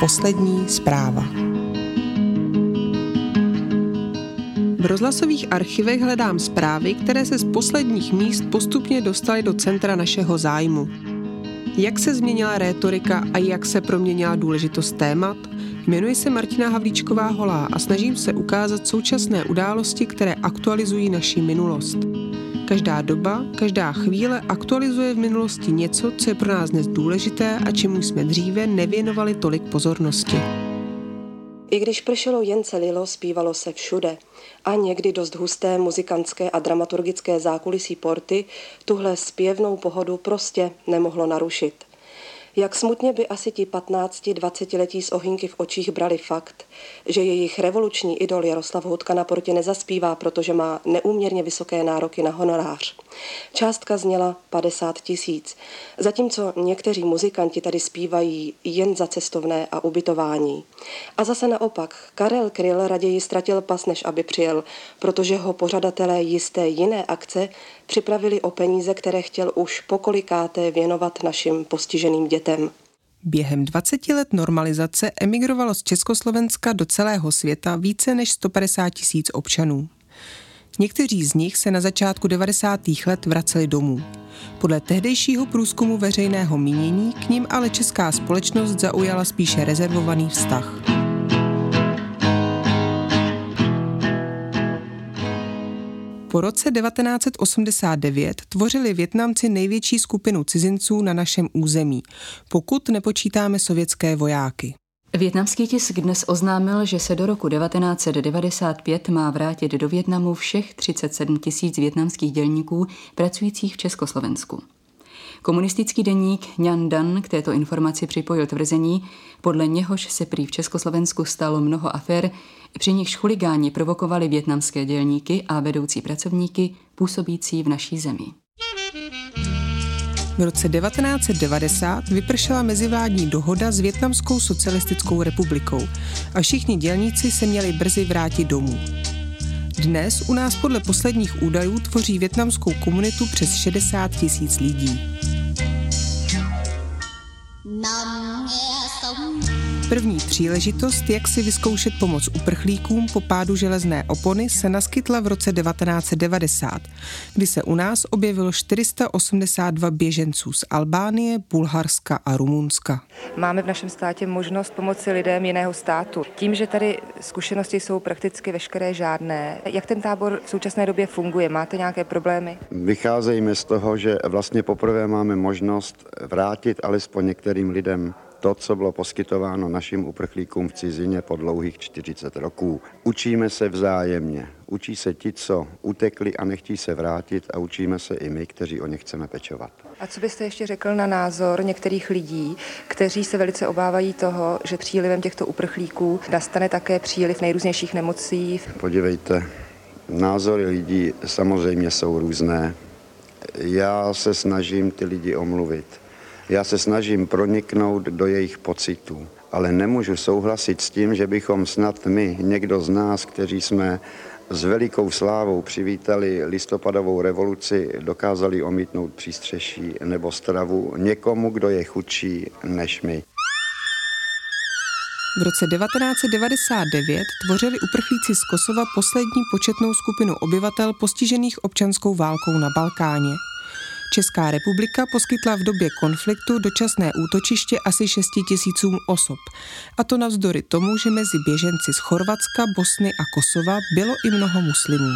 Poslední zpráva. V rozhlasových archivech hledám zprávy, které se z posledních míst postupně dostaly do centra našeho zájmu. Jak se změnila rétorika a jak se proměnila důležitost témat? Jmenuji se Martina Havlíčková-Holá a snažím se ukázat současné události, které aktualizují naši minulost. Každá doba, každá chvíle aktualizuje v minulosti něco, co je pro nás dnes důležité a čemu jsme dříve nevěnovali tolik pozornosti. I když pršelo, jen se lilo, zpívalo se všude. A někdy dost husté muzikantské a dramaturgické zákulisí Porty tuhle zpěvnou pohodu prostě nemohlo narušit. Jak smutně by asi ti 15-20letí z ohýnky v očích brali fakt, že jejich revoluční idol Jaroslav Hudka na Portě nezaspívá, protože má neúměrně vysoké nároky na honorář. Částka zněla 50 000, zatímco někteří muzikanti tady zpívají jen za cestovné a ubytování. A zase naopak, Karel Kryl raději ztratil pas, než aby přijel, protože ho pořadatelé jisté jiné akce připravili o peníze, které chtěl už pokolikáté věnovat našim postiženým dětem. Během 20 let normalizace emigrovalo z Československa do celého světa více než 150 000 občanů. Někteří z nich se na začátku 90. let vraceli domů. Podle tehdejšího průzkumu veřejného mínění k nim ale česká společnost zaujala spíše rezervovaný vztah. Po roce 1989 tvořili Vietnamci největší skupinu cizinců na našem území, pokud nepočítáme sovětské vojáky. Vietnamský tisk dnes oznámil, že se do roku 1995 má vrátit do Vietnamu všech 37 000 vietnamských dělníků pracujících v Československu. Komunistický deník Nhan Dan k této informaci připojil tvrzení, podle něhož se prý v Československu stalo mnoho afér, při nichž chuligáni provokovali vietnamské dělníky a vedoucí pracovníky působící v naší zemi. V roce 1990 vypršela mezivládní dohoda s Vietnamskou socialistickou republikou a všichni dělníci se měli brzy vrátit domů. Dnes u nás podle posledních údajů tvoří vietnamskou komunitu přes 60 000 lidí. První příležitost, jak si vyzkoušet pomoc uprchlíkům po pádu železné opony, se naskytla v roce 1990, kdy se u nás objevilo 482 běženců z Albánie, Bulharska a Rumunska. Máme v našem státě možnost pomoci lidem jiného státu. Tím, že tady zkušenosti jsou prakticky veškeré žádné. Jak ten tábor v současné době funguje? Máte nějaké problémy? Vycházejme z toho, že vlastně poprvé máme možnost vrátit alespoň některým lidem to, co bylo poskytováno našim uprchlíkům v cizině po dlouhých 40 roků. Učíme se vzájemně. Učí se ti, co utekli a nechtějí se vrátit, a učíme se i my, kteří o ně chceme pečovat. A co byste ještě řekl na názor některých lidí, kteří se velice obávají toho, že přílivem těchto uprchlíků nastane také příliv nejrůznějších nemocí? Podívejte, názory lidí samozřejmě jsou různé. Já se snažím ty lidi omluvit. Já se snažím proniknout do jejich pocitů, ale nemůžu souhlasit s tím, že bychom snad my, někdo z nás, kteří jsme s velikou slávou přivítali listopadovou revoluci, dokázali omítnout přístřeší nebo stravu někomu, kdo je chudší než my. V roce 1999 tvořili uprchlíci z Kosova poslední početnou skupinu obyvatel postižených občanskou válkou na Balkáně. Česká republika poskytla v době konfliktu dočasné útočiště asi 6 000 osob. A to navzdory tomu, že mezi běženci z Chorvatska, Bosny a Kosova bylo i mnoho muslimů.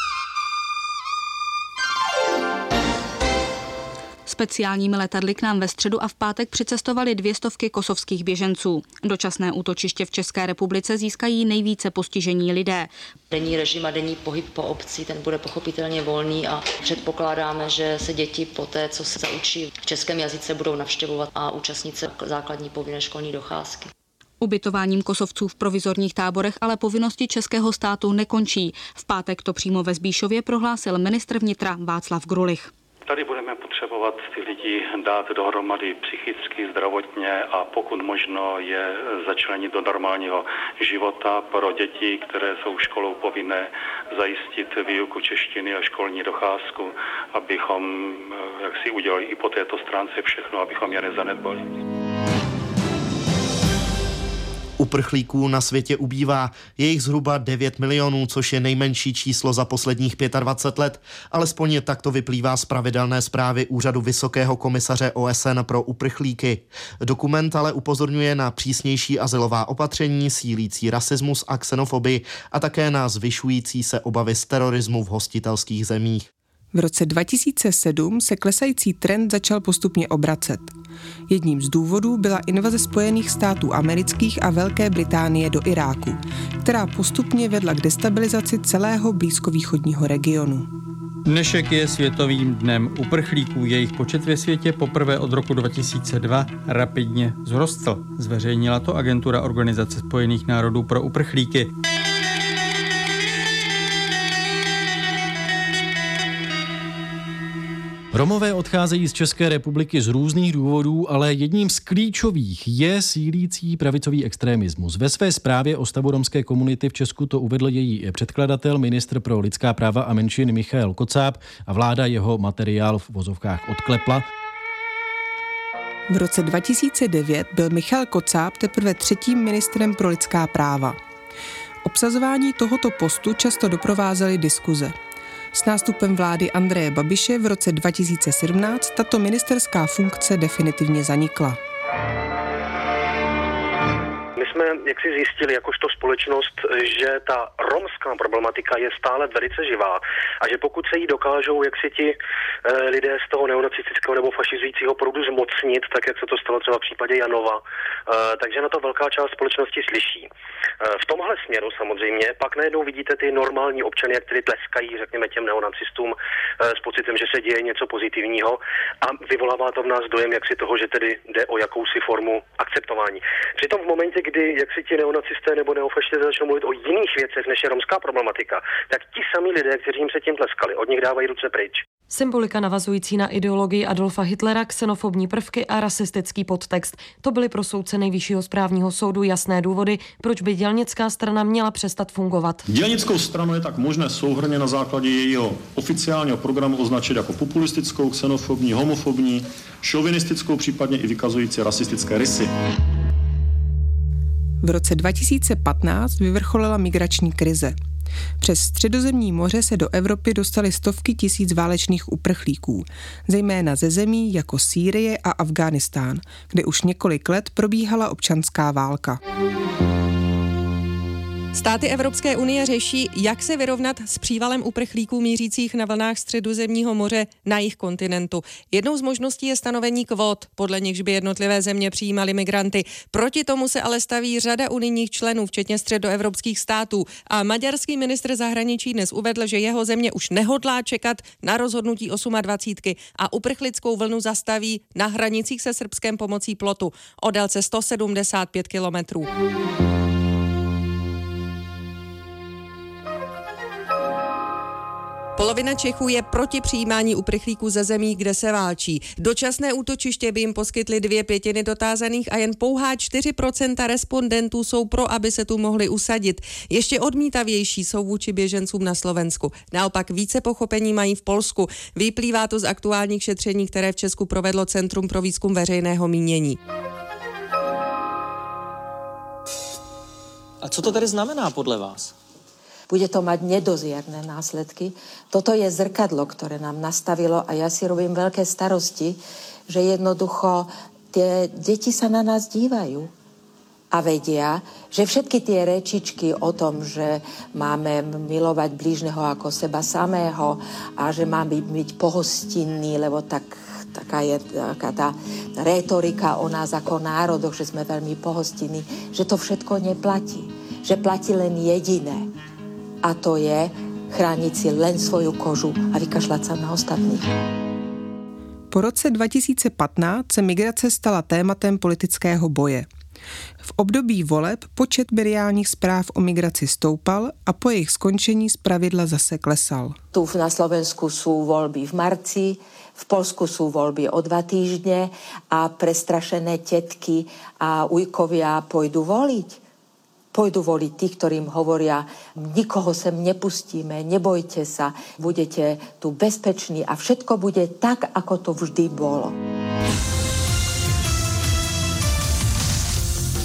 Speciálními letadly k nám ve středu a v pátek přicestovali 200 kosovských běženců. Dočasné útočiště v České republice získají nejvíce postižení lidé. Denní režim a denní pohyb po obci, ten bude pochopitelně volný a předpokládáme, že se děti poté, co se zaučí v českém jazyce, budou navštěvovat a účastnit se základní povinné školní docházky. Ubytováním Kosovců v provizorních táborech ale povinnosti českého státu nekončí. V pátek to přímo ve Zbíšově prohlásil ministr vnitra Václav Grulich. Tady budeme potřebovat ty lidi dát dohromady psychicky, zdravotně a pokud možno je začlenit do normálního života. Pro děti, které jsou školou povinné, zajistit výuku češtiny a školní docházku, abychom jak si udělali i po této stránce všechno, abychom je nezanedbali. Uprchlíků na světě ubývá, je jich zhruba 9 milionů, což je nejmenší číslo za posledních 25 let. Alespoň takto vyplývá z pravidelné zprávy Úřadu Vysokého komisaře OSN pro uprchlíky. Dokument ale upozorňuje na přísnější azylová opatření, sílící rasismus a xenofobii a také na zvyšující se obavy z terorismu v hostitelských zemích. V roce 2007 se klesající trend začal postupně obracet. Jedním z důvodů byla invaze Spojených států amerických a Velké Británie do Iráku, která postupně vedla k destabilizaci celého blízkovýchodního regionu. Dnešek je Světovým dnem uprchlíků. Jejich počet ve světě poprvé od roku 2002 rapidně vzrostl. Zveřejnila to agentura Organizace spojených národů pro uprchlíky. Romové odcházejí z České republiky z různých důvodů, ale jedním z klíčových je sílící pravicový extremismus. Ve své zprávě o stavu romské komunity v Česku to uvedl její předkladatel, ministr pro lidská práva a menšiny Michael Kocáb, a vláda jeho materiál v vozovkách odklepla. V roce 2009 byl Michal Kocáb teprve 3. ministrem pro lidská práva. Obsazování tohoto postu často doprovázely diskuze. S nástupem vlády Andreje Babiše v roce 2017 tato ministerská funkce definitivně zanikla. My jsme jaksi zjistili jakožto společnost, že ta romská problematika je stále velice živá a že pokud se jí dokážou jaksi ti lidé z toho neonacistického nebo fašizujícího proudu zmocnit, tak jak se to stalo třeba v případě Janova, takže na to velká část společnosti slyší. V tomhle směru samozřejmě pak najednou vidíte ty normální občany, kteří tleskají, řekněme, těm neonacistům s pocitem, že se děje něco pozitivního a vyvolává to v nás dojem jaksi toho, že tedy jde o jakousi formu akceptování. Přitom v momentě, kdy jaksi ti neonacisté nebo neofašisté začnou mluvit o jiných věcech, než je romská problematika, tak ti samí lidé, kteří jim se tím tleskali, od nich dávají ruce pryč. Symbolika navazující na ideologii Adolfa Hitlera, xenofobní prvky a rasistický podtext. To byly pro soudce Nejvyššího správního soudu jasné důvody, proč by dělnická strana měla přestat fungovat. Dělnickou stranu je tak možné souhrnně na základě jejího oficiálního programu označit jako populistickou, xenofobní, homofobní, šovinistickou, případně i vykazující rasistické rysy. V roce 2015 vyvrcholila migrační krize. Přes Středozemní moře se do Evropy dostaly stovky tisíc válečných uprchlíků, zejména ze zemí jako Sýrie a Afghánistán, kde už několik let probíhala občanská válka. Státy Evropské unie řeší, jak se vyrovnat s přívalem uprchlíků mířících na vlnách Středozemního moře na jejich kontinentu. Jednou z možností je stanovení kvót, podle nichž by jednotlivé země přijímaly migranty. Proti tomu se ale staví řada unijních členů, včetně středoevropských států. A maďarský ministr zahraničí dnes uvedl, že jeho země už nehodlá čekat na rozhodnutí 28 a uprchlickou vlnu zastaví na hranicích se Srbskem pomocí plotu o délce 175 kilometrů. Polovina Čechů je proti přijímání uprchlíků ze zemí, kde se válčí. Dočasné útočiště by jim poskytly 2/5 dotázaných a jen pouhá 4% respondentů jsou pro, aby se tu mohli usadit. Ještě odmítavější jsou vůči běžencům na Slovensku. Naopak více pochopení mají v Polsku. Vyplývá to z aktuálních šetření, které v Česku provedlo Centrum pro výzkum veřejného mínění. A co to tedy znamená podle vás? Bude to mať nedozierne následky. Toto je zrkadlo, ktoré nám nastavilo a ja si robím veľké starosti, že jednoducho tie deti sa na nás dívajú a vedia, že všetky tie rečičky o tom, že máme milovať blížneho ako seba samého a že máme byť pohostinní, lebo taká je taká tá rétorika o nás ako národoch, že sme veľmi pohostinní, že to všetko neplatí. Že platí len jediné. A to je chránit si len svoju kožu a vykašľať sa na ostatných. Po roce 2015 se migrace stala tématem politického boje. V období voleb počet mediálních zpráv o migraci stoupal a po jejich skončení zpravidla zase klesal. Tu na Slovensku sú voľby v marci, v Polsku sú voľby o 2 týždne a prestrašené tetky a ujkovia pôjdu voliť. Pôjdu voliť tí, ktorým hovoria, nikoho sem nepustíme, nebojte sa, budete tu bezpeční a všetko bude tak, ako to vždy bolo.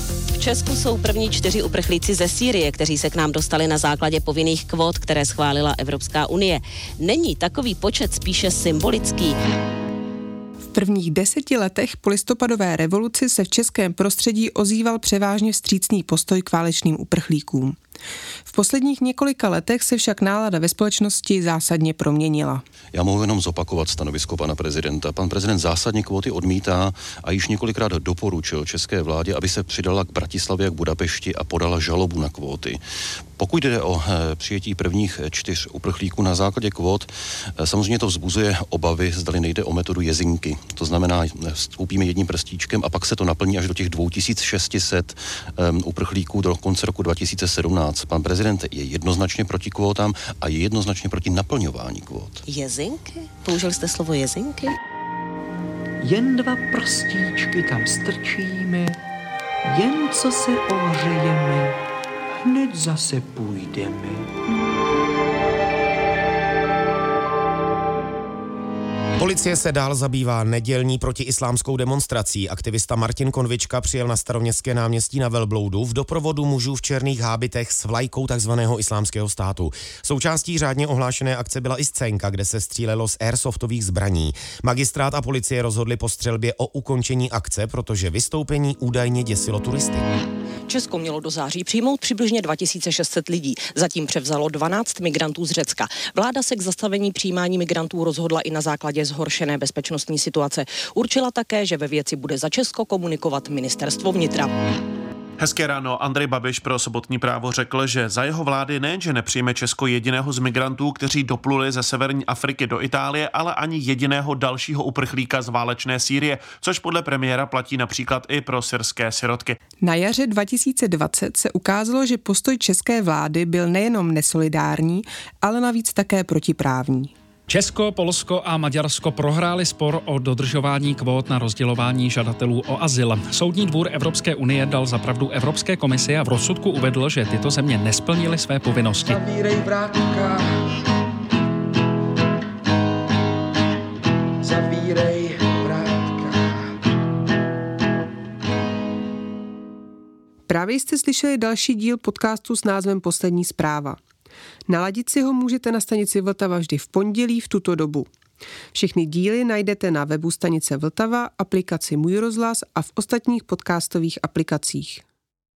Česku jsou první 4 uprchlíci ze Sýrie, kteří se k nám dostali na základě povinných kvót, které schválila Evropská unie. Není takový počet spíše symbolický? V prvních 10 letech po listopadové revoluci se v českém prostředí ozýval převážně vstřícný postoj k válečným uprchlíkům. V posledních několika letech se však nálada ve společnosti zásadně proměnila. Já mohu jenom zopakovat stanovisko pana prezidenta. Pan prezident zásadně kvóty odmítá a již několikrát doporučil české vládě, aby se přidala k Bratislavě a k Budapešti a podala žalobu na kvóty. Pokud jde o přijetí prvních 4 uprchlíků na základě kvót, samozřejmě to vzbuzuje obavy, zdali nejde o metodu jezinky. To znamená, vstoupíme jedním prstíčkem a pak se to naplní až do těch 2600 uprchlíků do konce roku 2017. Pan prezident je jednoznačně proti kvótám a je jednoznačně proti naplňování kvót. Jezinky? Použil jste slovo jezinky? Jen 2 prstíčky tam strčíme, jen co se ohřejeme, hned zase půjdeme. Policie se dál zabývá nedělní protiislámskou demonstrací. Aktivista Martin Konvička přijel na Staroměstské náměstí na velbloudu v doprovodu mužů v černých hábitech s vlajkou takzvaného islámského státu. Součástí řádně ohlášené akce byla i scénka, kde se střílelo z airsoftových zbraní. Magistrát a policie rozhodli po střelbě o ukončení akce, protože vystoupení údajně děsilo turisty. Česko mělo do září přijmout přibližně 2600 lidí. Zatím převzalo 12 migrantů z Řecka. Vláda se k zastavení přijímání migrantů rozhodla i na základě zhoršené bezpečnostní situace. Určila také, že ve věci bude za Česko komunikovat ministerstvo vnitra. Hezké ráno. Andrej Babiš pro Sobotní Právo řekl, že za jeho vlády nejenže nepřijme Česko jediného z migrantů, kteří dopluli ze severní Afriky do Itálie, ale ani jediného dalšího uprchlíka z válečné Sýrie, což podle premiéra platí například i pro syrské sirotky. Na jaře 2020 se ukázalo, že postoj české vlády byl nejenom nesolidární, ale navíc také protiprávní. Česko, Polsko a Maďarsko prohráli spor o dodržování kvót na rozdělování žadatelů o azyl. Soudní dvůr Evropské unie dal za pravdu Evropské komisi a v rozsudku uvedl, že tyto země nesplnily své povinnosti. Zavírej vrátka, zavírej vrátka. Právě jste slyšeli další díl podcastu s názvem Poslední zpráva. Naladit si ho můžete na stanici Vltava vždy v pondělí v tuto dobu. Všechny díly najdete na webu stanice Vltava, aplikaci Můj rozhlas a v ostatních podcastových aplikacích.